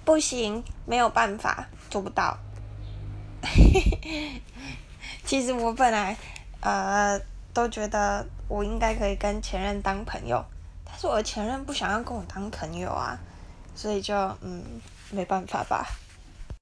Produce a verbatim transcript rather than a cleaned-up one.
不行，没有办法，做不到。其实我本来呃都觉得我应该可以跟前任当朋友，但是我的前任不想要跟我当朋友啊，所以就嗯没办法吧。